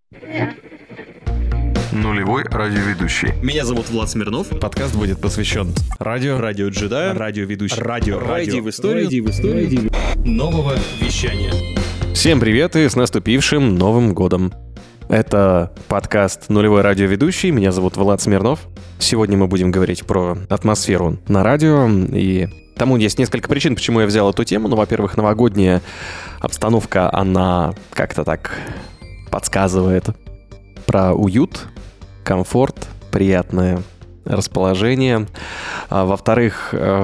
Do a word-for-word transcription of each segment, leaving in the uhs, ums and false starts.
Нулевой радиоведущий. Меня зовут Влад Смирнов. Подкаст будет посвящен радио, радио-джедаю, радиоведущий, радио, радио в историю, радио в историю нового вещания. Всем привет и с наступившим Новым годом. Это подкаст «Нулевой радиоведущий». Меня зовут Влад Смирнов. Сегодня мы будем говорить про атмосферу на радио. И тому есть несколько причин, почему я взял эту тему. Ну, во-первых, новогодняя обстановка, она как-то так подсказывает про уют, комфорт, приятное расположение. А, во-вторых,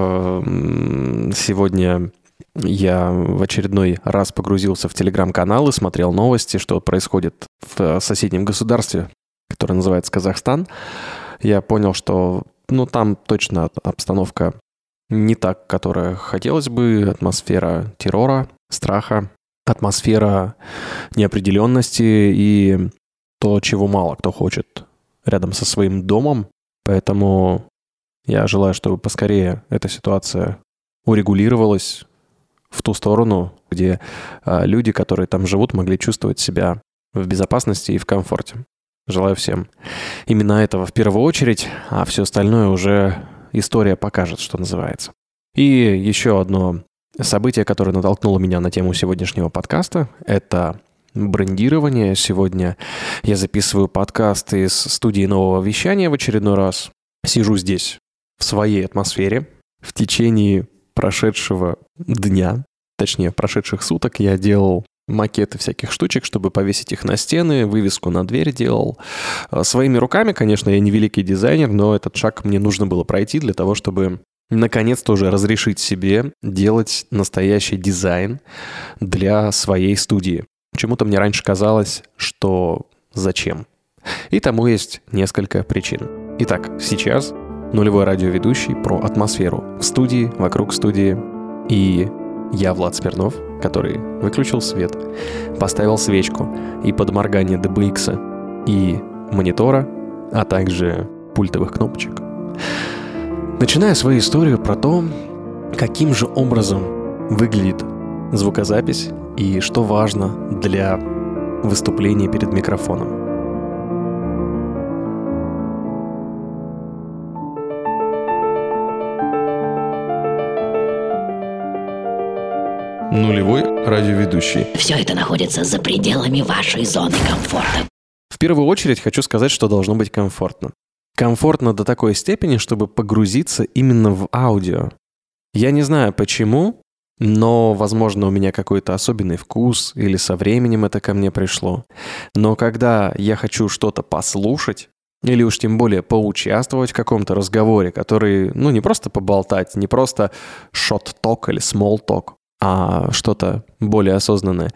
сегодня я в очередной раз погрузился в телеграм-канал и смотрел новости, что происходит в соседнем государстве, которое называется Казахстан. Я понял, что ну, там точно обстановка не так, которая хотелось бы. Атмосфера террора, страха, атмосфера неопределенности и то, чего мало кто хочет рядом со своим домом. Поэтому я желаю, чтобы поскорее эта ситуация урегулировалась в ту сторону, где а, люди, которые там живут, могли чувствовать себя в безопасности и в комфорте. Желаю всем именно этого в первую очередь, а все остальное уже история покажет, что называется. И еще одно событие, которое натолкнуло меня на тему сегодняшнего подкаста, это брендирование. Сегодня я записываю подкаст из студии нового вещания в очередной раз. Сижу здесь в своей атмосфере. В течение прошедшего дня, точнее, прошедших суток я делал макеты всяких штучек, чтобы повесить их на стены, вывеску на дверь делал. Своими руками, конечно, я не великий дизайнер, но этот шаг мне нужно было пройти для того, чтобы наконец-то уже разрешить себе делать настоящий дизайн для своей студии. Почему-то мне раньше казалось, что зачем. И тому есть несколько причин. Итак, сейчас нулевой радиоведущий про атмосферу в студии, вокруг студии. И я, Влад Смирнов, который выключил свет, поставил свечку и под моргание ди би икс и монитора, а также пультовых кнопочек. Начинаю свою историю про то, каким же образом выглядит звукозапись и что важно для выступления перед микрофоном. Нулевой радиоведущий. Все это находится за пределами вашей зоны комфорта. В первую очередь хочу сказать, что должно быть комфортно. Комфортно до такой степени, чтобы погрузиться именно в аудио. Я не знаю почему, но, возможно, у меня какой-то особенный вкус, или со временем это ко мне пришло. Но когда я хочу что-то послушать, или уж тем более поучаствовать в каком-то разговоре, который, ну, не просто поболтать, не просто short-talk или small-talk, а что-то более осознанное,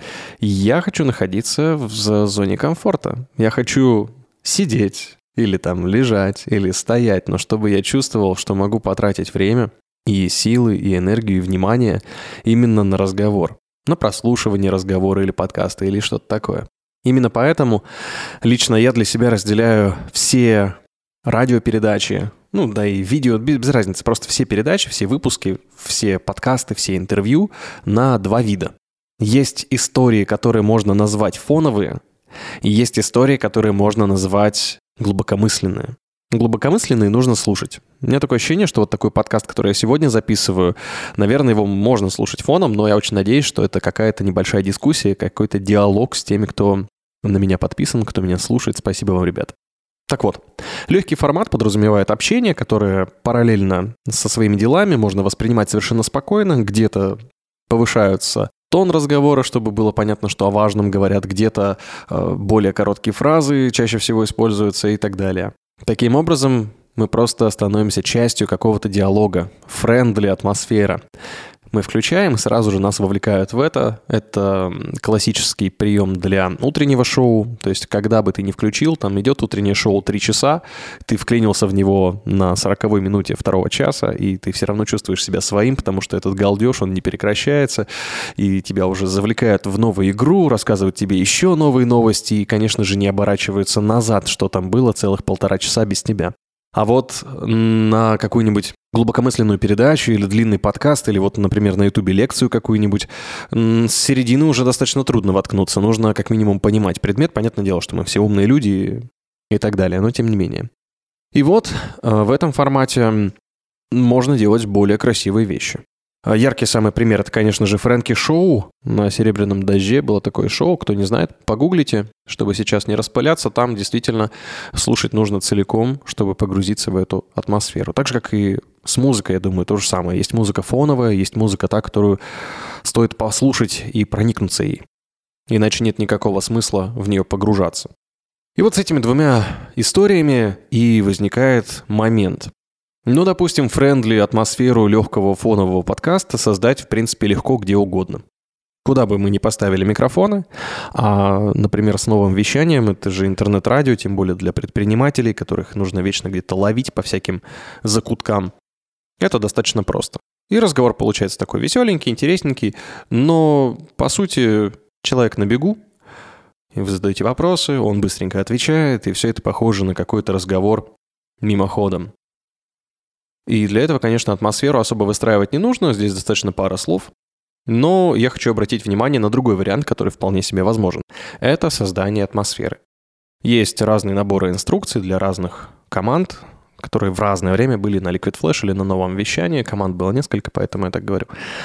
я хочу находиться в зоне комфорта. Я хочу сидеть, или там лежать, или стоять, но чтобы я чувствовал, что могу потратить время, и силы, и энергию, и внимание именно на разговор, на прослушивание разговора или подкаста, или что-то такое. Именно поэтому лично я для себя разделяю все радиопередачи, ну да и видео, без, без разницы, просто все передачи, все выпуски, все подкасты, все интервью на два вида. Есть истории, которые можно назвать фоновые, и есть истории, которые можно назвать глубокомысленные. Глубокомысленные нужно слушать. У меня такое ощущение, что вот такой подкаст, который я сегодня записываю, наверное, его можно слушать фоном, но я очень надеюсь, что это какая-то небольшая дискуссия, какой-то диалог с теми, кто на меня подписан, кто меня слушает. Спасибо вам, ребят. Так вот, легкий формат подразумевает общение, которое параллельно со своими делами можно воспринимать совершенно спокойно. Где-то повышаются тон разговора, чтобы было понятно, что о важном говорят, где-то э, более короткие фразы чаще всего используются и так далее. Таким образом, мы просто становимся частью какого-то диалога, френдли атмосфера. Мы включаем, и сразу же нас вовлекают в это. Это классический прием для утреннего шоу. То есть, когда бы ты ни включил, там идет утреннее шоу три часа, ты вклинился в него на сороковой минуте второго часа, и ты все равно чувствуешь себя своим, потому что этот галдеж, он не прекращается, и тебя уже завлекают в новую игру, рассказывают тебе еще новые новости, и, конечно же, не оборачиваются назад, что там было целых полтора часа без тебя. А вот на какую-нибудь глубокомысленную передачу или длинный подкаст, или вот, например, на Ютубе лекцию какую-нибудь, с середины уже достаточно трудно воткнуться. Нужно как минимум понимать предмет. Понятное дело, что мы все умные люди и так далее, но тем не менее. И вот в этом формате можно делать более красивые вещи. Яркий самый пример — это, конечно же, Фрэнки Шоу. На «Серебряном дожде» было такое шоу. Кто не знает, погуглите, чтобы сейчас не распыляться. Там действительно слушать нужно целиком, чтобы погрузиться в эту атмосферу. Так же, как и с музыкой, я думаю, то же самое. Есть музыка фоновая, есть музыка та, которую стоит послушать и проникнуться ей. Иначе нет никакого смысла в нее погружаться. И вот с этими двумя историями и возникает момент. Ну, допустим, френдли атмосферу легкого фонового подкаста создать, в принципе, легко где угодно. Куда бы мы ни поставили микрофоны, а, например, с новым вещанием, это же интернет-радио, тем более для предпринимателей, которых нужно вечно где-то ловить по всяким закуткам, это достаточно просто. И разговор получается такой веселенький, интересненький, но, по сути, человек на бегу, и вы задаете вопросы, он быстренько отвечает, и все это похоже на какой-то разговор мимоходом. И для этого, конечно, атмосферу особо выстраивать не нужно, здесь достаточно пара слов. Но я хочу обратить внимание на другой вариант, который вполне себе возможен. Это создание атмосферы. Есть разные наборы инструкций для разных команд, которые в разное время были на Liquid Flash или на новом вещании. Команд было несколько, поэтому я так говорю.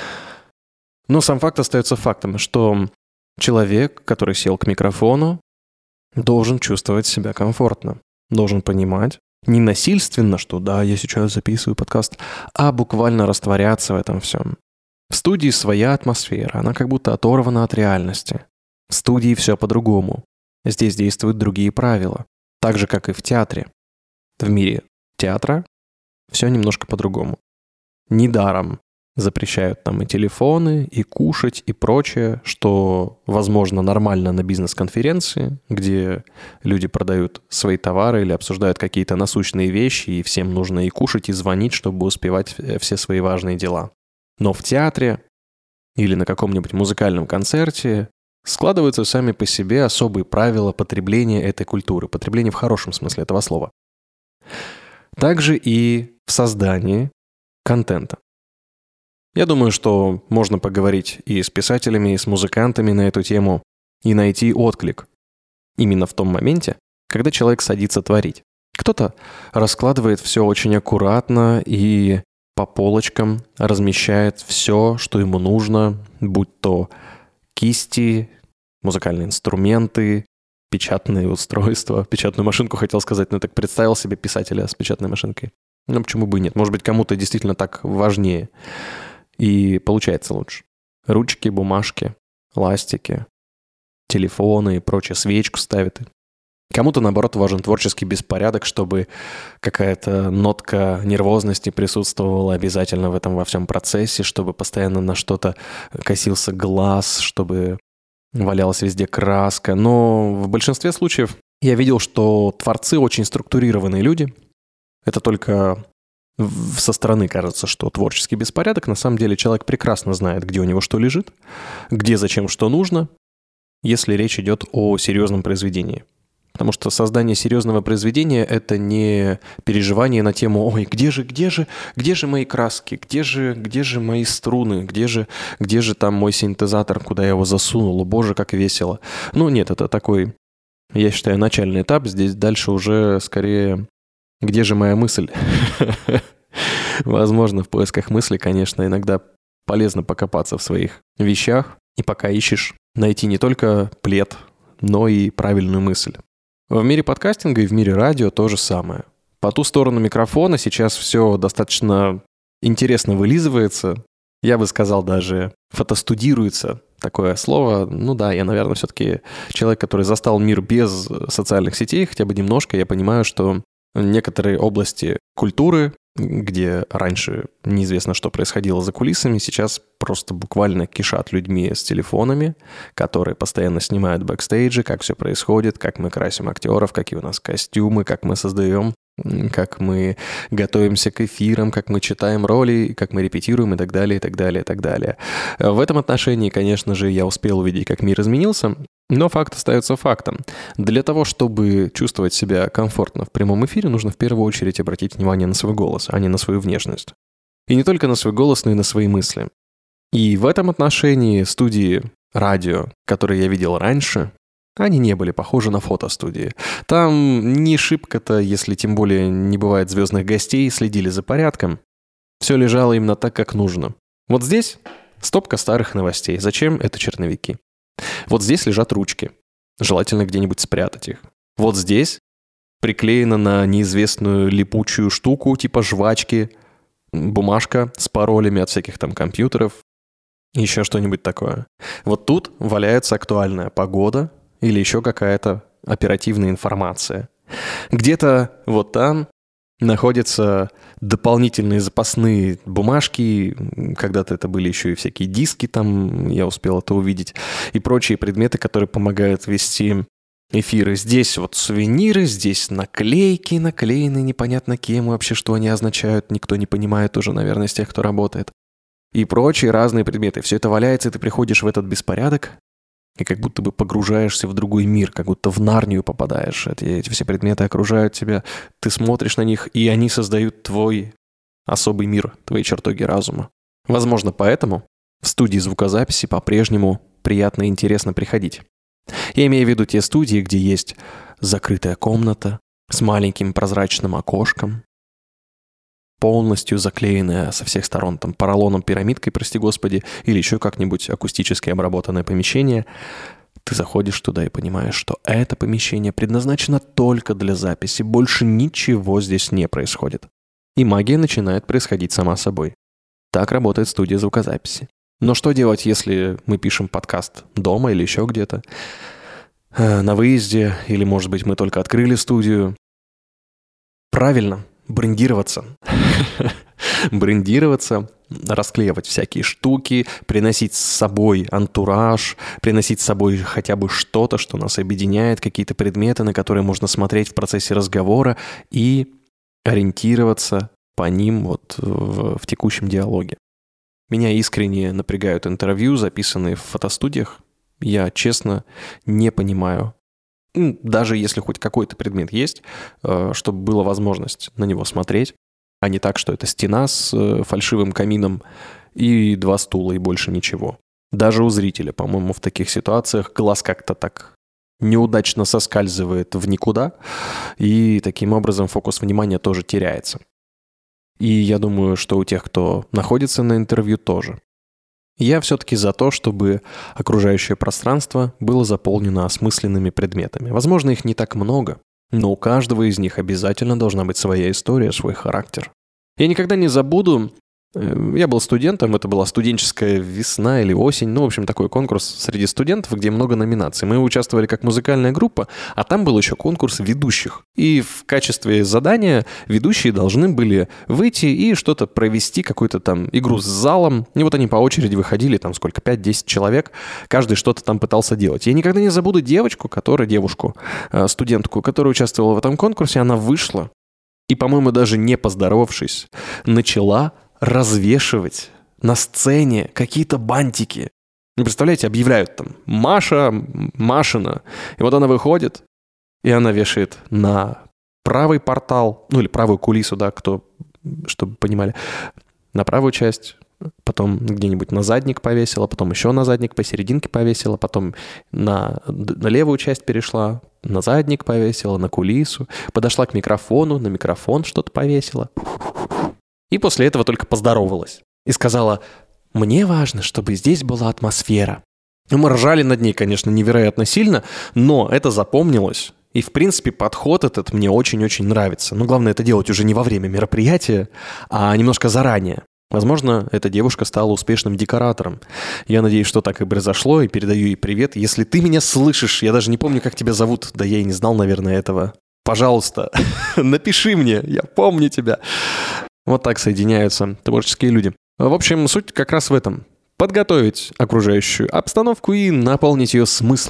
Но сам факт остается фактом, что человек, который сел к микрофону, должен чувствовать себя комфортно, должен понимать, не насильственно, что да, я сейчас записываю подкаст, а буквально растворяться в этом всем. В студии своя атмосфера, она как будто оторвана от реальности. В студии все по-другому. Здесь действуют другие правила. Так же, как и в театре. В мире театра все немножко по-другому. Недаром запрещают там и телефоны, и кушать, и прочее, что, возможно, нормально на бизнес-конференции, где люди продают свои товары или обсуждают какие-то насущные вещи, и всем нужно и кушать, и звонить, чтобы успевать все свои важные дела. Но в театре или на каком-нибудь музыкальном концерте складываются сами по себе особые правила потребления этой культуры, потребления в хорошем смысле этого слова. Также и в создании контента. Я думаю, что можно поговорить и с писателями, и с музыкантами на эту тему, и найти отклик именно в том моменте, когда человек садится творить. Кто-то раскладывает все очень аккуратно и по полочкам размещает все, что ему нужно, будь то кисти, музыкальные инструменты, печатные устройства. Печатную машинку хотел сказать, но так представил себе писателя с печатной машинкой. Ну, почему бы и нет? Может быть, кому-то действительно так важнее. И получается лучше. Ручки, бумажки, ластики, телефоны и прочее, свечку ставит. Кому-то, наоборот, важен творческий беспорядок, чтобы какая-то нотка нервозности присутствовала обязательно в этом во всем процессе, чтобы постоянно на что-то косился глаз, чтобы валялась везде краска. Но в большинстве случаев я видел, что творцы очень структурированные люди. Это только со стороны кажется, что творческий беспорядок. На самом деле человек прекрасно знает, где у него что лежит, где зачем что нужно, если речь идет о серьезном произведении. Потому что создание серьезного произведения — это не переживание на тему «Ой, где же, где же, где же мои краски, где же, где же мои струны, где же, где же там мой синтезатор, куда я его засунул, о боже, как весело». Ну нет, это такой, я считаю, начальный этап. Здесь дальше уже скорее «Где же моя мысль?» Возможно, в поисках мысли, конечно, иногда полезно покопаться в своих вещах и пока ищешь найти не только плед, но и правильную мысль. В мире подкастинга и в мире радио то же самое. По ту сторону микрофона сейчас все достаточно интересно вылизывается. Я бы сказал, даже фотостудируется такое слово. Ну да, я, наверное, все-таки человек, который застал мир без социальных сетей, хотя бы немножко. Я понимаю, что некоторые области культуры, где раньше неизвестно, что происходило за кулисами, сейчас просто буквально кишат людьми с телефонами, которые постоянно снимают бэкстейджи, как все происходит, как мы красим актеров, какие у нас костюмы, как мы создаем как мы готовимся к эфирам, как мы читаем роли, как мы репетируем и так далее, и так далее, и так далее. В этом отношении, конечно же, я успел увидеть, как мир изменился, но факт остается фактом. Для того, чтобы чувствовать себя комфортно в прямом эфире, нужно в первую очередь обратить внимание на свой голос, а не на свою внешность. И не только на свой голос, но и на свои мысли. И в этом отношении студии радио, которые я видел раньше, они не были похожи на фотостудии. Там не шибко-то, если тем более не бывает звездных гостей, следили за порядком. Все лежало именно так, как нужно. Вот здесь стопка старых новостей. Зачем? Это черновики. Вот здесь лежат ручки. Желательно где-нибудь спрятать их. Вот здесь приклеена на неизвестную липучую штуку типа жвачки бумажка с паролями от всяких там компьютеров. Еще что-нибудь такое. Вот тут валяется актуальная погода или еще какая-то оперативная информация. Где-то вот там находятся дополнительные запасные бумажки, когда-то это были еще и всякие диски, там я успел это увидеть, и прочие предметы, которые помогают вести эфиры. Здесь вот сувениры, здесь наклейки, наклеены непонятно кем, вообще что они означают, никто не понимает уже, наверное, из тех, кто работает. И прочие разные предметы. Все это валяется, и ты приходишь в этот беспорядок, и как будто бы погружаешься в другой мир, как будто в Нарнию попадаешь. Эти, эти все предметы окружают тебя, ты смотришь на них, и они создают твой особый мир, твои чертоги разума. Возможно, поэтому в студии звукозаписи по-прежнему приятно и интересно приходить. Я имею в виду те студии, где есть закрытая комната с маленьким прозрачным окошком, полностью заклеенная со всех сторон там поролоном, пирамидкой, прости господи, или еще как-нибудь акустически обработанное помещение. Ты заходишь туда и понимаешь, что это помещение предназначено только для записи, больше ничего здесь не происходит. И магия начинает происходить сама собой. Так работает студия звукозаписи. Но что делать, если мы пишем подкаст дома или еще где-то, на выезде, или, может быть, мы только открыли студию? Правильно. Брендироваться. Брендироваться, расклеивать всякие штуки, приносить с собой антураж, приносить с собой хотя бы что-то, что нас объединяет, какие-то предметы, на которые можно смотреть в процессе разговора и ориентироваться по ним вот в, в текущем диалоге. Меня искренне напрягают интервью, записанные в фотостудиях. Я, честно, не понимаю, даже если хоть какой-то предмет есть, чтобы была возможность на него смотреть, а не так, что это стена с фальшивым камином и два стула, и больше ничего. Даже у зрителя, по-моему, в таких ситуациях глаз как-то так неудачно соскальзывает в никуда, и таким образом фокус внимания тоже теряется. И я думаю, что у тех, кто находится на интервью, тоже. Я все-таки за то, чтобы окружающее пространство было заполнено осмысленными предметами. Возможно, их не так много, но у каждого из них обязательно должна быть своя история, свой характер. Я никогда не забуду, я был студентом, это была студенческая весна или осень, ну, в общем, такой конкурс среди студентов, где много номинаций. Мы участвовали как музыкальная группа, а там был еще конкурс ведущих. И в качестве задания ведущие должны были выйти и что-то провести, какую-то там игру с залом. И вот они по очереди выходили, там сколько, пять-десять человек, каждый что-то там пытался делать. Я никогда не забуду девочку, которая, девушку, студентку, которая участвовала в этом конкурсе, она вышла и, по-моему, даже не поздоровавшись, начала развешивать на сцене какие-то бантики. Не представляете, объявляют там Маша, Машина. И вот она выходит, и она вешает на правый портал, ну или правую кулису, да, кто, чтобы понимали, на правую часть, потом где-нибудь на задник повесила, потом еще на задник посерединке повесила, потом на, на левую часть перешла, на задник повесила, на кулису, подошла к микрофону, на микрофон что-то повесила. И после этого только поздоровалась. И сказала, мне важно, чтобы здесь была атмосфера. И мы ржали над ней, конечно, невероятно сильно, но это запомнилось. И, в принципе, подход этот мне очень-очень нравится. Но главное это делать уже не во время мероприятия, а немножко заранее. Возможно, эта девушка стала успешным декоратором. Я надеюсь, что так и произошло, и передаю ей привет. Если ты меня слышишь, я даже не помню, как тебя зовут, да я и не знал, наверное, этого. Пожалуйста, напиши мне, я помню тебя. Вот так соединяются творческие люди. В общем, суть как раз в этом. Подготовить окружающую обстановку и наполнить ее смыслами.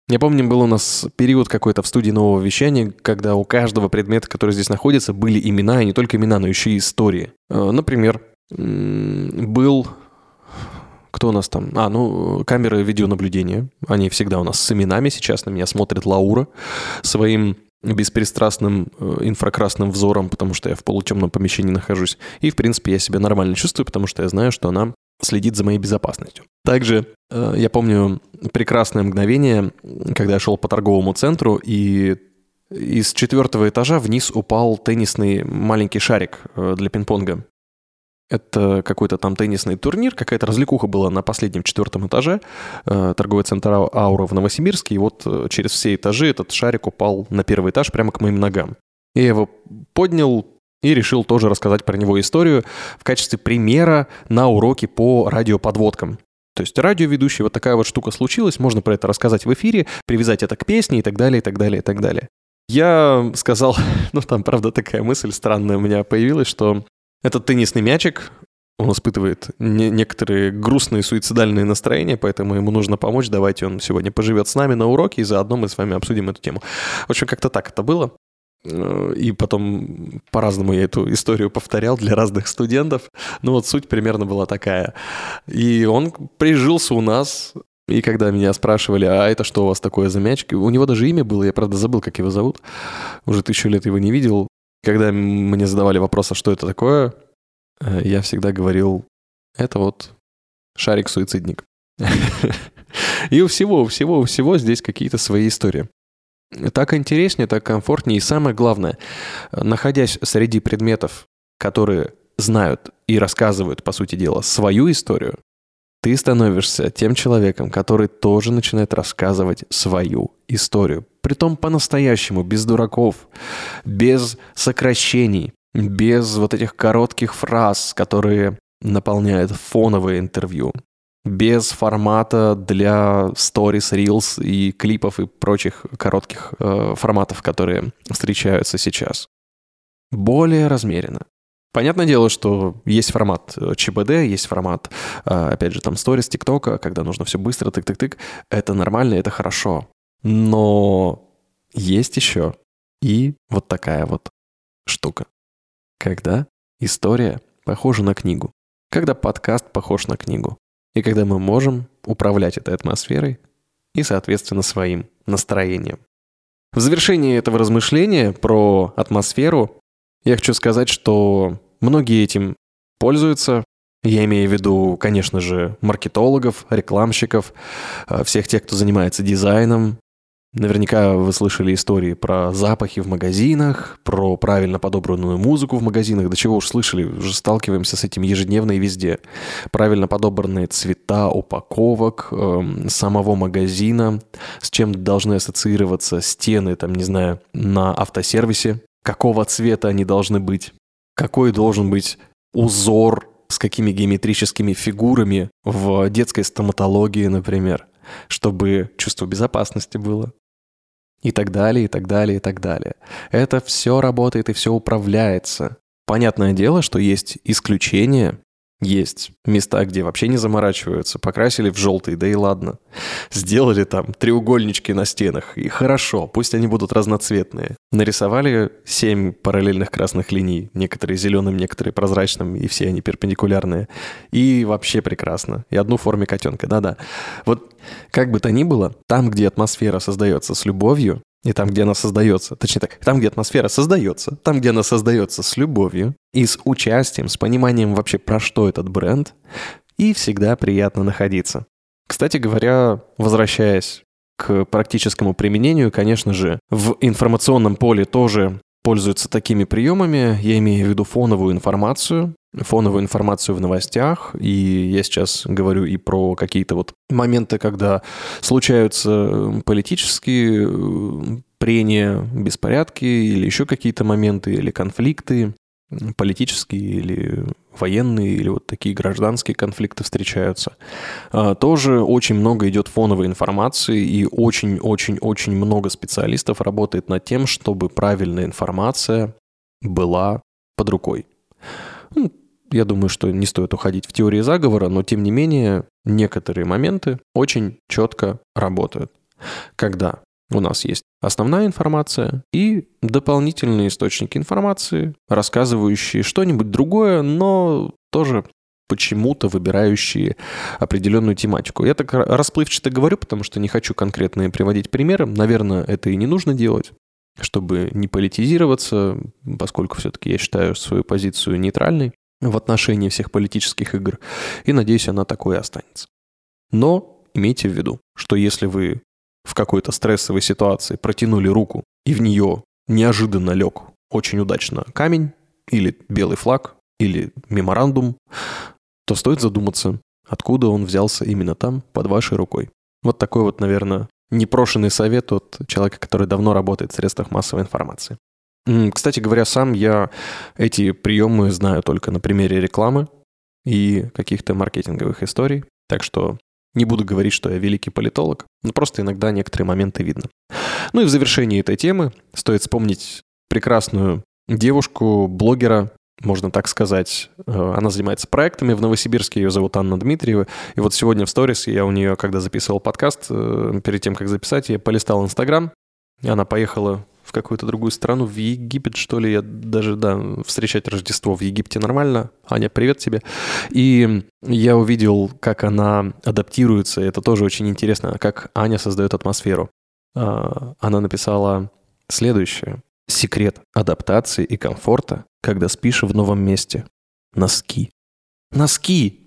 Я помню, был у нас период какой-то в студии нового вещания, когда у каждого предмета, который здесь находится, были имена, и не только имена, но еще и истории. Например, был... Кто у нас там? А, ну, камеры видеонаблюдения. Они всегда у нас с именами. Сейчас на меня смотрит Лаура своим беспристрастным инфракрасным взором, потому что я в полутемном помещении нахожусь. И, в принципе, я себя нормально чувствую, потому что я знаю, что она следит за моей безопасностью. Также э, я помню прекрасное мгновение, когда я шел по торговому центру, и из четвертого этажа вниз упал теннисный маленький шарик э, для пинг-понга. Это какой-то там теннисный турнир, какая-то развлекуха была на последнем четвертом этаже, э, торговый центр «Аура» в Новосибирске, и вот э, через все этажи этот шарик упал на первый этаж прямо к моим ногам. Я его поднял и решил тоже рассказать про него историю в качестве примера на уроке по радиоподводкам. То есть радиоведущий, вот такая вот штука случилась, можно про это рассказать в эфире, привязать это к песне и так далее, и так далее, и так далее. Я сказал, ну там, правда, такая мысль странная у меня появилась, что этот теннисный мячик, он испытывает не- некоторые грустные суицидальные настроения, поэтому ему нужно помочь. Давайте он сегодня поживет с нами на уроке, и заодно мы с вами обсудим эту тему. В общем, как-то так это было. И потом по-разному я эту историю повторял для разных студентов. Ну вот суть примерно была такая. И он прижился у нас. И когда меня спрашивали, а это что у вас такое за мячик? У него даже имя было, я, правда, забыл, как его зовут. Уже тысячу лет его не видел. Когда мне задавали вопрос, а что это такое, я всегда говорил, это вот шарик-суицидник. И у всего, у всего, у всего здесь какие-то свои истории. Так интереснее, так комфортнее. И самое главное, находясь среди предметов, которые знают и рассказывают, по сути дела, свою историю, ты становишься тем человеком, который тоже начинает рассказывать свою историю. Притом по-настоящему, без дураков, без сокращений, без вот этих коротких фраз, которые наполняют фоновые интервью, без формата для stories, reels и клипов и прочих коротких э, форматов, которые встречаются сейчас. Более размеренно. Понятное дело, что есть формат ЧБД, есть формат, опять же, там, сторис, ТикТока, когда нужно все быстро, тык-тык-тык. Это нормально, это хорошо. Но есть еще и вот такая вот штука. Когда история похожа на книгу. Когда подкаст похож на книгу. И когда мы можем управлять этой атмосферой и, соответственно, своим настроением. В завершении этого размышления про атмосферу я хочу сказать, что многие этим пользуются. Я имею в виду, конечно же, маркетологов, рекламщиков, всех тех, кто занимается дизайном. Наверняка вы слышали истории про запахи в магазинах, про правильно подобранную музыку в магазинах. Да чего уж слышали, уже сталкиваемся с этим ежедневно и везде. Правильно подобранные цвета упаковок э, самого магазина, с чем должны ассоциироваться стены, там, не знаю, на автосервисе. Какого цвета они должны быть, какой должен быть узор, с какими геометрическими фигурами в детской стоматологии, например, чтобы чувство безопасности было. И так далее, и так далее, и так далее. Это все работает и все управляется. Понятное дело, что есть исключения, есть места, где вообще не заморачиваются, покрасили в желтый, да и ладно. Сделали там треугольнички на стенах, и хорошо, пусть они будут разноцветные. Нарисовали семь параллельных красных линий, некоторые зеленым, некоторые прозрачным, и все они перпендикулярные. И вообще прекрасно. И одну в форме котенка, да-да. Вот как бы то ни было, там, где атмосфера создается с любовью, и там, где она создается, точнее так, там, где атмосфера создается, там, где она создается с любовью и с участием, с пониманием вообще, про что этот бренд, и всегда приятно находиться. Кстати говоря, возвращаясь к практическому применению, конечно же, в информационном поле тоже пользуются такими приемами. Я имею в виду фоновую информацию, фоновую информацию в новостях. И я сейчас говорю и про какие-то вот моменты, когда случаются политические прения, беспорядки или еще какие-то моменты, или конфликты политические, или военные, или вот такие гражданские конфликты встречаются. Тоже очень много идет фоновой информации, и очень-очень-очень много специалистов работает над тем, чтобы правильная информация была под рукой. Ну, я думаю, что не стоит уходить в теории заговора, но тем не менее некоторые моменты очень четко работают. когда у нас есть основная информация и дополнительные источники информации, рассказывающие что-нибудь другое, но тоже почему-то выбирающие определенную тематику. Я так расплывчато говорю, потому что не хочу конкретные приводить примеры. Наверное, это и не нужно делать, чтобы не политизироваться, поскольку все-таки я считаю свою позицию нейтральной в отношении всех политических игр, и надеюсь, она такой и останется. Но имейте в виду, что если вы в какой-то стрессовой ситуации протянули руку, и в нее неожиданно лег очень удачно камень, или белый флаг, или меморандум, то стоит задуматься, откуда он взялся именно там, под вашей рукой. Вот такой вот, наверное, непрошенный совет от человека, который давно работает в средствах массовой информации. Кстати говоря, сам я эти приемы знаю только на примере рекламы и каких-то маркетинговых историй, так что не буду говорить, что я великий политолог, но просто иногда некоторые моменты видно. Ну и в завершении этой темы стоит вспомнить прекрасную девушку, блогера, можно так сказать. Она занимается проектами в Новосибирске, ее зовут Анна Дмитриева. И вот сегодня в сторис я у нее, когда записывал подкаст, перед тем, как записать, я полистал Инстаграм. Она поехала в какую-то другую страну, в Египет, что ли. Я даже, да, встречать Рождество в Египте нормально. Аня, привет тебе. И я увидел, как она адаптируется. Это тоже очень интересно, как Аня создает атмосферу. Она написала следующее. Секрет адаптации и комфорта, когда спишь в новом месте. Носки. Носки!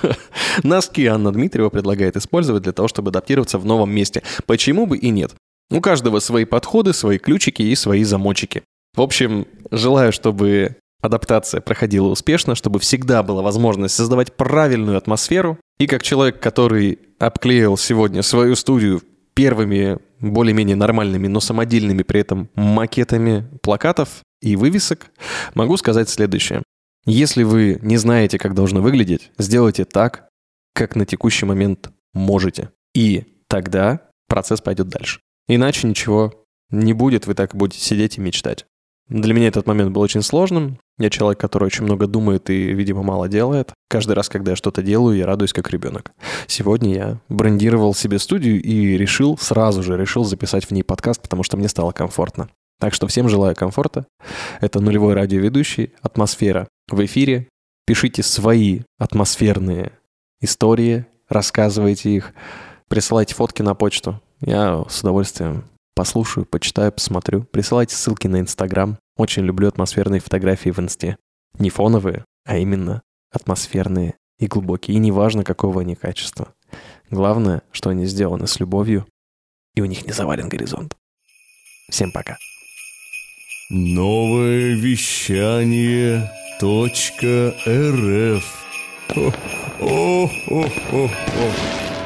Носки Анна Дмитриева предлагает использовать для того, чтобы адаптироваться в новом месте. Почему бы и нет? У каждого свои подходы, свои ключики и свои замочики. В общем, желаю, чтобы адаптация проходила успешно, чтобы всегда была возможность создавать правильную атмосферу. И как человек, который обклеил сегодня свою студию первыми более-менее нормальными, но самодельными при этом макетами плакатов и вывесок, могу сказать следующее. Если вы не знаете, как должно выглядеть, сделайте так, как на текущий момент можете. И тогда процесс пойдет дальше. Иначе ничего не будет, вы так будете сидеть и мечтать. Для меня этот момент был очень сложным. Я человек, который очень много думает и, видимо, мало делает. Каждый раз, когда я что-то делаю, я радуюсь как ребенок. Сегодня я брендировал себе студию и решил, сразу же решил записать в ней подкаст, потому что мне стало комфортно. Так что всем желаю комфорта. Это нулевой радиоведущий, атмосфера в эфире. Пишите свои атмосферные истории, рассказывайте их, присылайте фотки на почту. Я с удовольствием послушаю, почитаю, посмотрю. Присылайте ссылки на Инстаграм. Очень люблю атмосферные фотографии в Инсте. Не фоновые, а именно атмосферные и глубокие. И неважно, какого они качества. Главное, что они сделаны с любовью, и у них не завален горизонт. Всем пока. Новое вещание .рф. О, о, о, о.